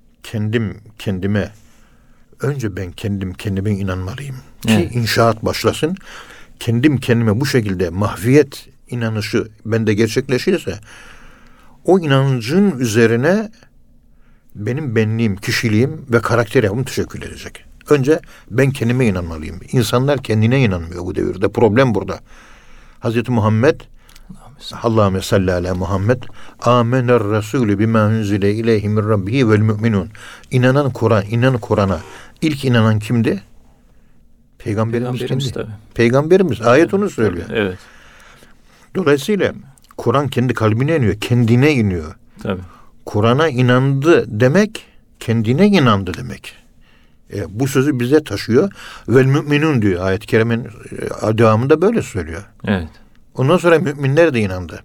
kendime önce ben kendime inanmalıyım. Ki inşaat başlasın. Kendime bu şekilde mahviyet inanışı bende gerçekleşirse o inancın üzerine benim benliğim, kişiliğim ve karakter yapım teşekkür edecek. Önce ben kendime inanmalıyım. İnsanlar kendine inanmıyor bu devirde. Problem burada. Hazreti Muhammed Allahümme salli ala Muhammed amener Resulü bima unzile ileyhi min rabbihi vel müminun. İnanan Kur'an'a ilk inanan kimdi? Peygamberimiz kimdi? Tabii. Peygamberimiz. Ayet onu söylüyor. Evet. Dolayısıyla Kur'an kendi kalbine iniyor. Kendine iniyor. Tabii. Kur'an'a inandı demek kendine inandı demek. Bu sözü bize taşıyor. Vel müminun diyor. Ayet-i kerimenin devamında böyle söylüyor. Evet. Ondan sonra müminler de inandı.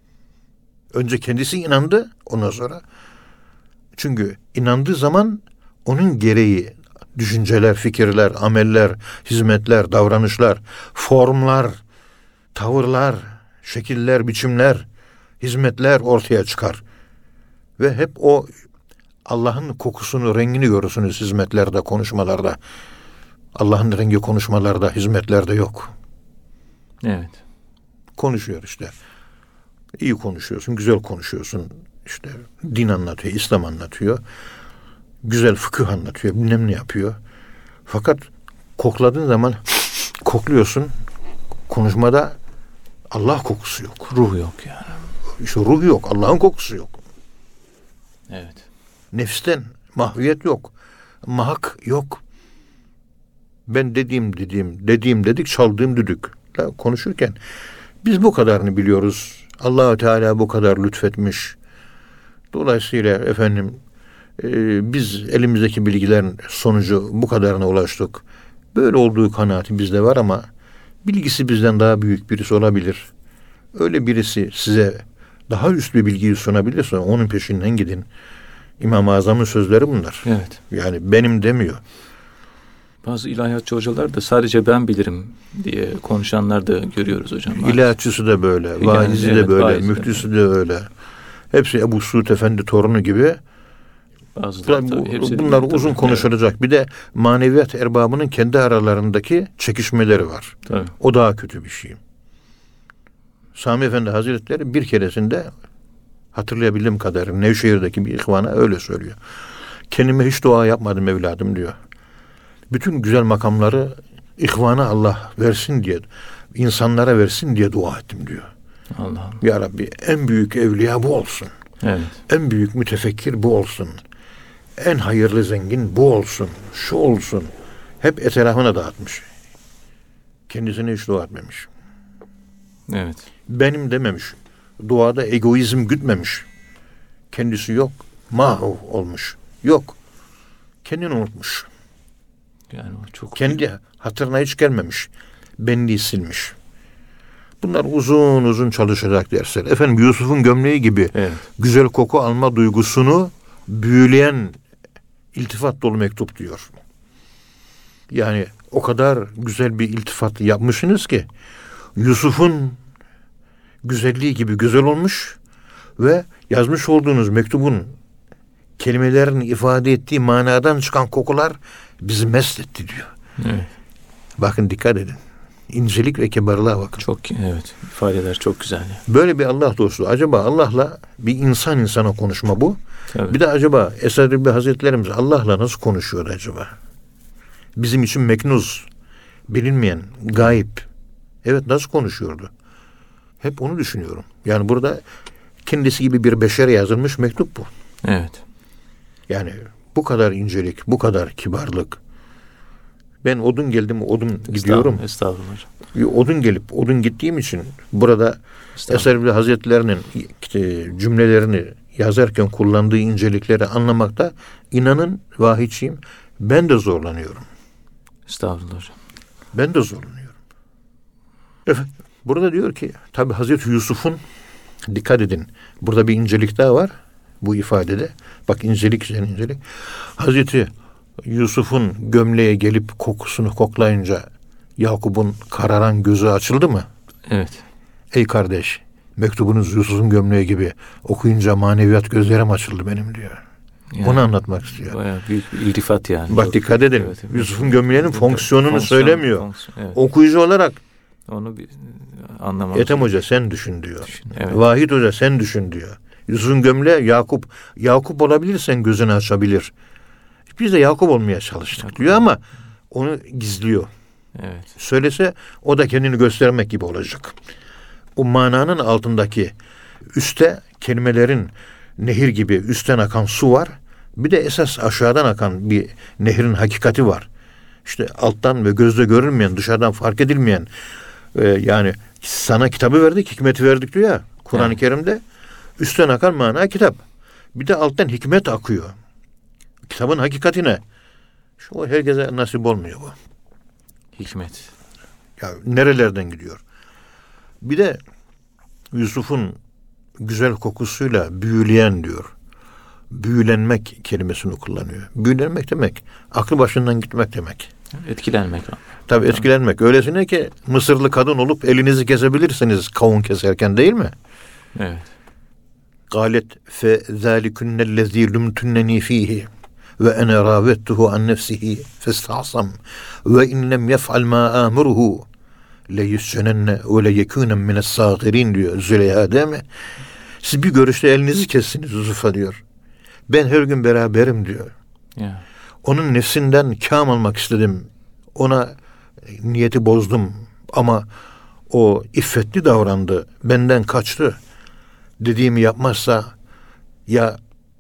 Önce kendisi inandı. Ondan sonra çünkü inandığı zaman onun gereği düşünceler, fikirler, ameller, hizmetler, davranışlar, formlar, tavırlar, şekiller, biçimler, hizmetler ortaya çıkar. Ve hep o Allah'ın kokusunu, rengini görürsünüz hizmetlerde, konuşmalarda. Allah'ın rengi konuşmalarda, hizmetlerde yok. Evet. Konuşuyor işte. İyi konuşuyorsun, güzel konuşuyorsun. İşte din anlatıyor, İslam anlatıyor. Güzel fıkıh anlatıyor, bilmem ne yapıyor. Fakat kokladığın zaman kokluyorsun. Konuşmada Allah kokusu yok. Ruh yok yani. İşte ruh yok, Allah'ın kokusu yok. Evet. Nefisten mahviyet yok. Mahak yok. Ben dediğim dedik, çaldığım düdük. Konuşurken biz bu kadarını biliyoruz. Allah-u Teala bu kadar lütfetmiş. Dolayısıyla efendim biz elimizdeki bilgilerin sonucu bu kadarına ulaştık. Böyle olduğu kanaati bizde var ama bilgisi bizden daha büyük birisi olabilir. Öyle birisi size daha üst bir bilgiyi sunabilirse onun peşinden gidin. İmam-ı Azam'ın sözleri bunlar. Evet. Yani benim demiyor. Bazı ilahiyatçı hocalar da sadece ben bilirim diye konuşanlar da görüyoruz hocam. İlahiyatçısı da böyle, vaizi de böyle, vaizi müftüsü de öyle. Hepsi Ebu Suud Efendi torunu gibi. Bunlar uzun konuşulacak. Evet. Bir de maneviyat erbabının kendi aralarındaki çekişmeleri var. Tabii. O daha kötü bir şey. Sami Efendi Hazretleri bir keresinde, hatırlayabildiğim kadarıyla, Nevşehir'deki bir ihvana öyle söylüyor. Kendime hiç dua yapmadım evladım diyor. Bütün güzel makamları ihvana Allah versin diye, insanlara versin diye dua ettim diyor. Allah. Ya Rabbi, en büyük evliya bu olsun. Evet. En büyük mütefekkir bu olsun. En hayırlı zengin bu olsun. Şu olsun. Hep etrafına dağıtmış. Kendisine hiç dua etmemiş. Evet. Benim dememiş. Duada egoizm gütmemiş. Kendisi yok. Mahu olmuş. Yok. Kendini unutmuş. Yani o çok... Kendi hatırına hiç gelmemiş. Benliği silmiş. Bunlar uzun uzun çalışacak dersler. Efendim, Yusuf'un gömleği gibi evet. güzel koku alma duygusunu büyüleyen iltifat dolu mektup diyor. Yani o kadar güzel bir iltifat yapmışsınız ki Yusuf'un güzelliği gibi güzel olmuş ve yazmış olduğunuz mektubun kelimelerin ifade ettiği manadan çıkan kokular bizi mest etti diyor. Evet. Bakın, dikkat edin. İncelik ve kibarlığa bakın. Çok, evet. İfadeler çok güzel. Böyle bir Allah dostu. Acaba Allah'la bir insan insana konuşma bu. Evet. Bir de acaba Esad-ı Hazretlerimiz Allah'la nasıl konuşuyor acaba? Bizim için meknuz, bilinmeyen, gayip. Evet, nasıl konuşuyordu? Hep onu düşünüyorum. Yani burada kendisi gibi bir beşere yazılmış mektup bu. Evet. Yani bu kadar incelik, bu kadar kibarlık. Ben odun geldim, odun gidiyorum. Estağfurullah hocam. Odun gelip odun gittiğim için burada Esad-ı Hazretlerinin cümlelerini yazarken kullandığı incelikleri anlamakta, inanın vahiyçiyim, ben de zorlanıyorum. Estağfurullah hocam. Ben de zorlanıyorum. Efendim, burada diyor ki, tabi Hazreti Yusuf'un, dikkat edin, burada bir incelik daha var bu ifadede. Bak, incelik üzerine incelik. Hazreti Yusuf'un gömleğe gelip kokusunu koklayınca Yakup'un kararan gözü açıldı mı? Evet. Ey kardeş, mektubunuz Yusuf'un gömleği gibi, okuyunca maneviyat gözlerim açıldı benim diyor. Yani, onu anlatmak istiyor. Bayağı büyük bir iltifat yani. Bak, dikkat edin. Evet, Yusuf'un gömleğinin fonksiyonunu söylemiyor. Evet. Okuyucu olarak onu bir anlamamız. Ethem Hoca sen düşün diyor. Evet. Vahid Hoca sen düşün diyor. Yusuf'un gömleği Yakup. Yakup olabilirsen gözünü açabilir. Biz de Yakup olmaya çalıştık diyor ama onu gizliyor. Evet. Söylese o da kendini göstermek gibi olacak. O mananın altındaki, üstte kelimelerin nehir gibi üstten akan su var. Bir de esas aşağıdan akan bir nehrin hakikati var. İşte alttan ve gözle görülmeyen, dışarıdan fark edilmeyen, yani sana kitabı verdik, hikmeti verdik diyor ya Kur'an-ı Kerim'de. Üstten akan mana kitap. Bir de alttan hikmet akıyor. Kitabın hakikatine. Şu herkese nasip olmuyor bu. Hikmet. Ya nerelerden gidiyor? Bir de Yusuf'un güzel kokusuyla büyüleyen diyor. Büyülenmek kelimesini kullanıyor. Büyülenmek demek, aklı başından gitmek demek. Etkilenmek. Tabii etkilenmek. Öylesine ki Mısırlı kadın olup elinizi kesebilirsiniz kavun keserken, değil mi? Evet. Galet fe zâlikünnellezî lümtünneni fîhî ve ene râvettuhu an nefsihi festa'sam ve in lem yef'al mâ âmuruhu le yüscenenne ve le yekûnen mine's-sâgirîn diyor Züleyha, değil mi? Siz bir görüşte elinizi kessiniz Yusuf'a diyor. Ben her gün beraberim diyor. Yeah. Onun nefsinden kâm almak istedim. Ona niyeti bozdum ama o iffetli davrandı. Benden kaçtı. Dediğimi yapmazsa ya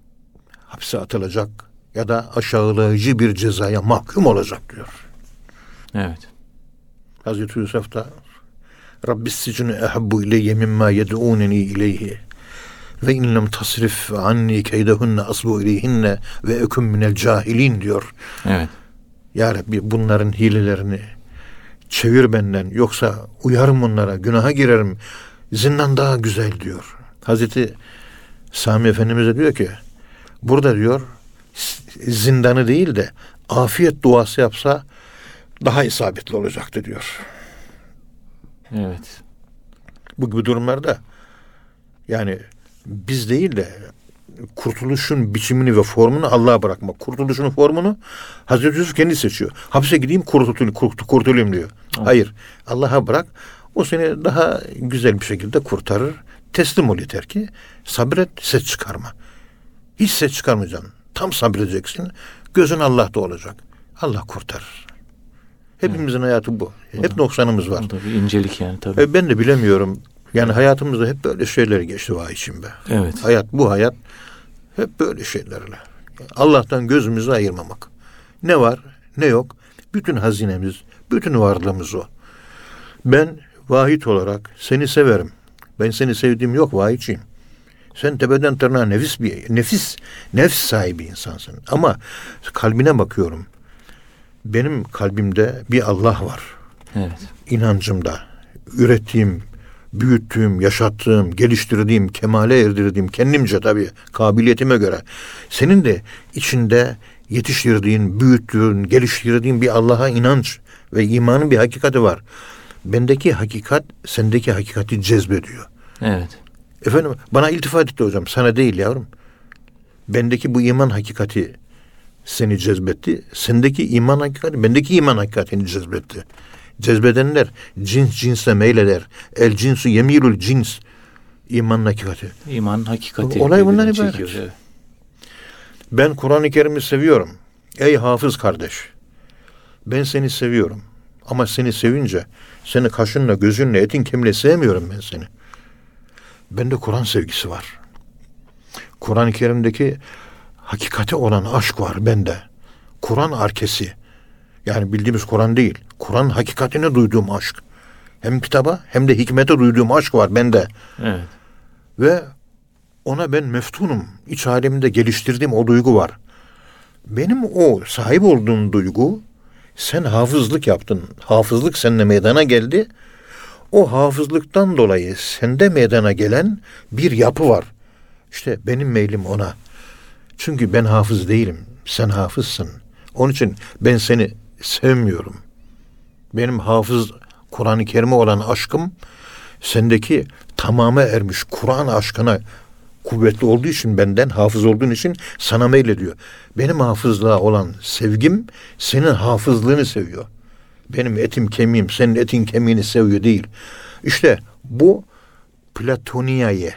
hapse atılacak ya da aşağılayıcı bir cezaya mahkum olacak diyor. Evet. Hazreti Yusuf da Rabbis sicnu ehabbu ileyye mimma yed'ûneni ileyhi ve in lem tasrif anni keydehunne asbu ileyhinne ve ekun minel cahilin diyor. Evet. Ya Rabbi, bunların hilelerini çevir benden, yoksa uyarım onlara, günaha girerim. Zindan daha güzel diyor. Hazreti Sami Efendimiz'e diyor ki, burada diyor zindanı değil de afiyet duası yapsa daha isabetli olacaktı diyor. Evet. Bu gibi durumlarda yani biz değil de kurtuluşun biçimini ve formunu Allah'a bırakmak. Kurtuluşun formunu Hazreti Yusuf kendi seçiyor. Hapse gideyim kurtulayım diyor. Evet. Hayır. Allah'a bırak. O seni daha güzel bir şekilde kurtarır. Teslim ol yeter ki. Sabret, ses çıkarma. Hiç ses çıkarmayacaksın. Tam sabredeceksin. Gözün Allah'ta olacak. Allah kurtarır. Hepimizin hayatı bu. Hep noksanımız var. O da bir incelik yani tabii. Ben de bilemiyorum. Yani hayatımızda hep böyle şeyler geçti vay için be. Evet. Bu hayat hep böyle şeylerle. Allah'tan gözümüzü ayırmamak. Ne var ne yok. Bütün hazinemiz, bütün varlığımız o. Ben vahid olarak seni severim. Ben seni sevdiğim yok vahidciğim. Sen tepeden tırnağa nefis sahibi insansın. Ama kalbine bakıyorum. Benim kalbimde bir Allah var. Evet. İnancımda. Ürettiğim, büyüttüğüm, yaşattığım, geliştirdiğim, kemale erdirdiğim, kendimce tabii kabiliyetime göre. Senin de içinde yetiştirdiğin, büyüttüğün, geliştirdiğin bir Allah'a inanç ve imanın bir hakikati var. Bendeki hakikat, sendeki hakikati cezbediyor. Evet. Efendim bana iltifat etti hocam. Sana değil yavrum. Bendeki bu iman hakikati seni cezbetti. Sendeki iman hakikati, bendeki iman hakikatini cezbetti. Cezbedenler cinsle meyleder. El cinsu yemirul cins. İmanın hakikati. İmanın hakikati. Olay bundan birbirini ibaret. çekiyor, evet. Ben Kur'an-ı Kerim'i seviyorum. Ey hafız kardeş. Ben seni seviyorum. Ama seni sevince seni kaşınla, gözünle, etin kemiğiyle sevmiyorum ben seni. Bende Kur'an sevgisi var. Kur'an-ı Kerim'deki hakikate olan aşk var bende. Kur'an arkesi. Yani bildiğimiz Kur'an değil. Kur'an hakikatine duyduğum aşk. Hem kitaba hem de hikmete duyduğum aşk var bende. Evet. Ve ona ben meftunum. İç aleminde geliştirdiğim o duygu var. Benim o sahip olduğum duygu, sen hafızlık yaptın. Hafızlık seninle meydana geldi. O hafızlıktan dolayı sende meydana gelen bir yapı var. İşte benim meylim ona. Çünkü ben hafız değilim. Sen hafızsın. Onun için ben seni sevmiyorum. Benim hafız Kur'an-ı Kerim'e olan aşkım sendeki tamama ermiş Kur'an aşkına kuvvetli olduğu için, benden hafız olduğun için sana meylediyor. Benim hafızlığa olan sevgim senin hafızlığını seviyor. Benim etim kemiğim senin etin kemiğini seviyor değil. İşte bu Platoniyayı,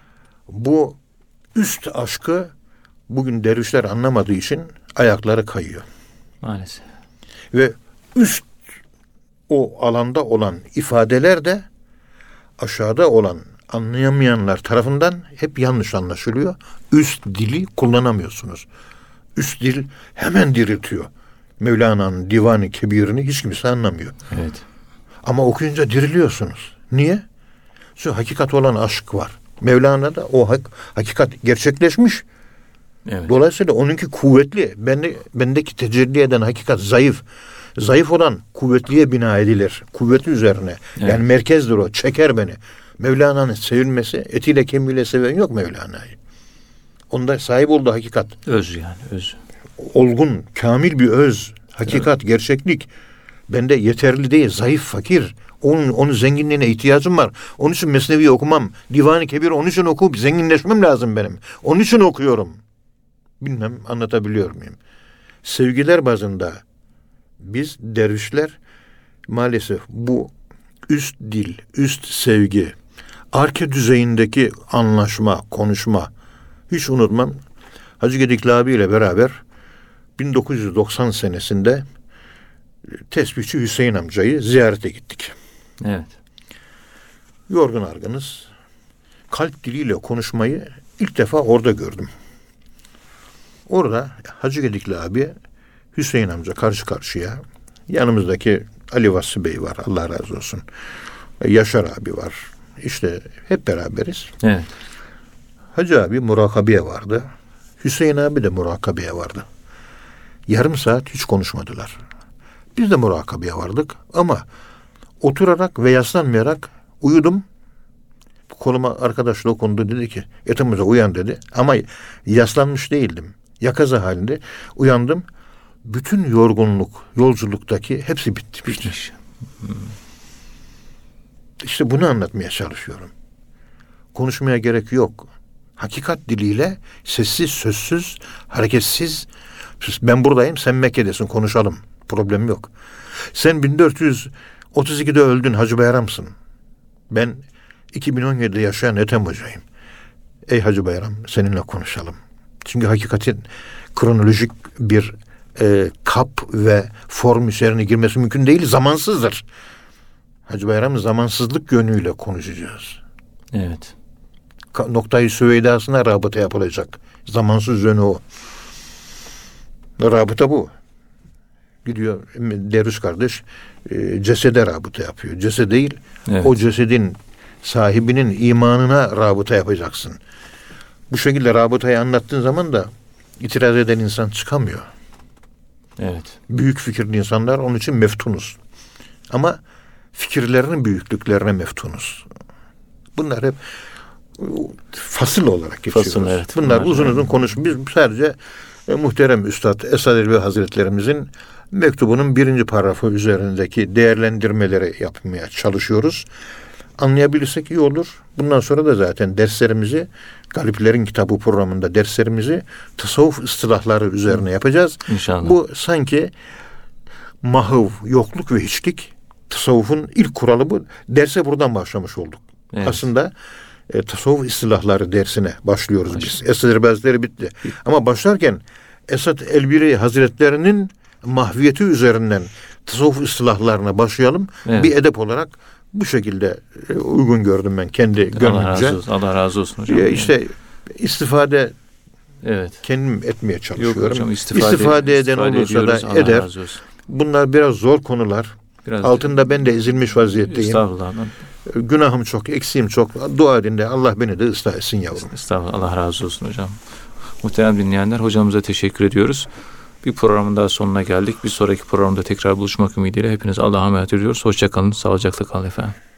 bu üst aşkı bugün dervişler anlamadığı için ayakları kayıyor. Maalesef. Ve üst o alanda olan ifadeler de aşağıda olan anlayamayanlar tarafından hep yanlış anlaşılıyor. Üst dili kullanamıyorsunuz. Üst dil hemen diriltiyor. Mevlana'nın Divan-ı Kebir'ini hiç kimse anlamıyor. Evet. Ama okuyunca diriliyorsunuz. Niye? Çünkü hakikat olan aşk var. Mevlana'da o hakikat gerçekleşmiş. Evet. Dolayısıyla onunki kuvvetli. Bendeki tecelli eden hakikat zayıf. Zayıf olan kuvvetliye bina edilir. Kuvveti üzerine. Evet. Yani merkezdir o. Çeker beni. Mevlana'nın sevilmesi, etiyle kemiğiyle seven yok Mevlana'yı. Onda sahip olduğu hakikat. Öz yani, öz. Olgun, kamil bir öz. Hakikat, evet. Gerçeklik. Bende yeterli değil, zayıf, fakir. Onun zenginliğine ihtiyacım var. Onun için Mesnevi okumam. Divan-ı Kebir onun için okuyup zenginleşmem lazım benim. Onun için okuyorum. Bilmem anlatabiliyor muyum? Sevgiler bazında biz dervişler maalesef bu üst dil, üst sevgi, arke düzeyindeki anlaşma, konuşma hiç unutmam. Hacı Gedikli abiyle beraber 1990 senesinde tesbihçi Hüseyin amcayı ziyarete gittik. Evet. Yorgun argınız. Kalp diliyle konuşmayı ilk defa orada gördüm. Orada Hacı Gedikli abi, Hüseyin amca karşı karşıya. Yanımızdaki Ali Vasfi Bey var. Allah razı olsun. Yaşar abi var. İşte hep beraberiz. Evet. Hacı abi murakabeye vardı. Hüseyin abi de murakabeye vardı. Yarım saat hiç konuşmadılar. Biz de murakabeye vardık ama oturarak ve yaslanmayarak uyudum. Koluma arkadaş dokundu, dedi ki etimize uyan dedi. Ama yaslanmış değildim. Yakaza halinde uyandım. bütün yorgunluk, yolculuktaki hepsi bitti. Bitmiş. İşte bunu anlatmaya çalışıyorum. Konuşmaya gerek yok. Hakikat diliyle sessiz, sözsüz, hareketsiz. Ben buradayım, sen Mekke'desin, konuşalım. Problem yok. Sen 1432'de öldün, Hacı Bayram'sın. Ben 2017'de yaşayan Ethem Hoca'yım. Ey Hacı Bayram, seninle konuşalım. Çünkü hakikatin kronolojik bir kap ve form üzerine girmesi mümkün değil, zamansızdır. Hacı Bayram'ın zamansızlık yönüyle konuşacağız. Evet. Noktayı Süveyda'sına rabıta yapılacak. Zamansız yönü o. Rabıta bu. Gidiyor Derviş kardeş cesede rabıta yapıyor. Cesed değil, evet. O cesedin sahibinin imanına rabıta yapacaksın. Bu şekilde rabıtayı anlattığın zaman da itiraz eden insan çıkamıyor. Evet. Büyük fikirli insanlar onun için meftunuz. Ama fikirlerinin büyüklüklerine meftunuz. Bunlar hep fasıl olarak geçiyoruz. Fasıl, evet. Bunlar uzun uzun konuşuyoruz. Biz sadece muhterem Üstad Esad Erbil Hazretlerimizin mektubunun 1. paragrafı üzerindeki değerlendirmeleri yapmaya çalışıyoruz. Anlayabilirsek iyi olur. Bundan sonra da zaten derslerimizi, Galiplerin Kitabı programında derslerimizi tasavvuf ıstılahları üzerine yapacağız. İnşallah. Bu sanki mahv, yokluk ve hiçlik tasavvufun ilk kuralı bu. Derse buradan başlamış olduk. Evet. Aslında tasavvuf istilahları dersine başlıyoruz biz. Esad Erbil Hazretleri bitti. Ama başlarken Esad Elbiri Hazretlerinin mahviyeti üzerinden tasavvuf istilahlarına başlayalım. Evet. Bir edep olarak bu şekilde uygun gördüm ben kendi gönlümce. Allah razı olsun hocam. İşte istifade evet. kendim etmeye çalışıyorum. Yok hocam, istifade eden olursa da Allah eder. razı olsun. Bunlar biraz zor konular. Biraz altında ben de ezilmiş vaziyetteyim. Estağfurullah. Günahım çok, eksiğim çok. Dua edin de Allah beni de ıslah etsin yavrum. Estağfurullah. Allah razı olsun hocam. Muhterem dinleyenler, hocamıza teşekkür ediyoruz. Bir programın daha sonuna geldik. Bir sonraki programda tekrar buluşmak ümidiyle hepiniz Allah'a emanet ediyoruz. Hoşça kalın, sağlıcakla kalın efendim.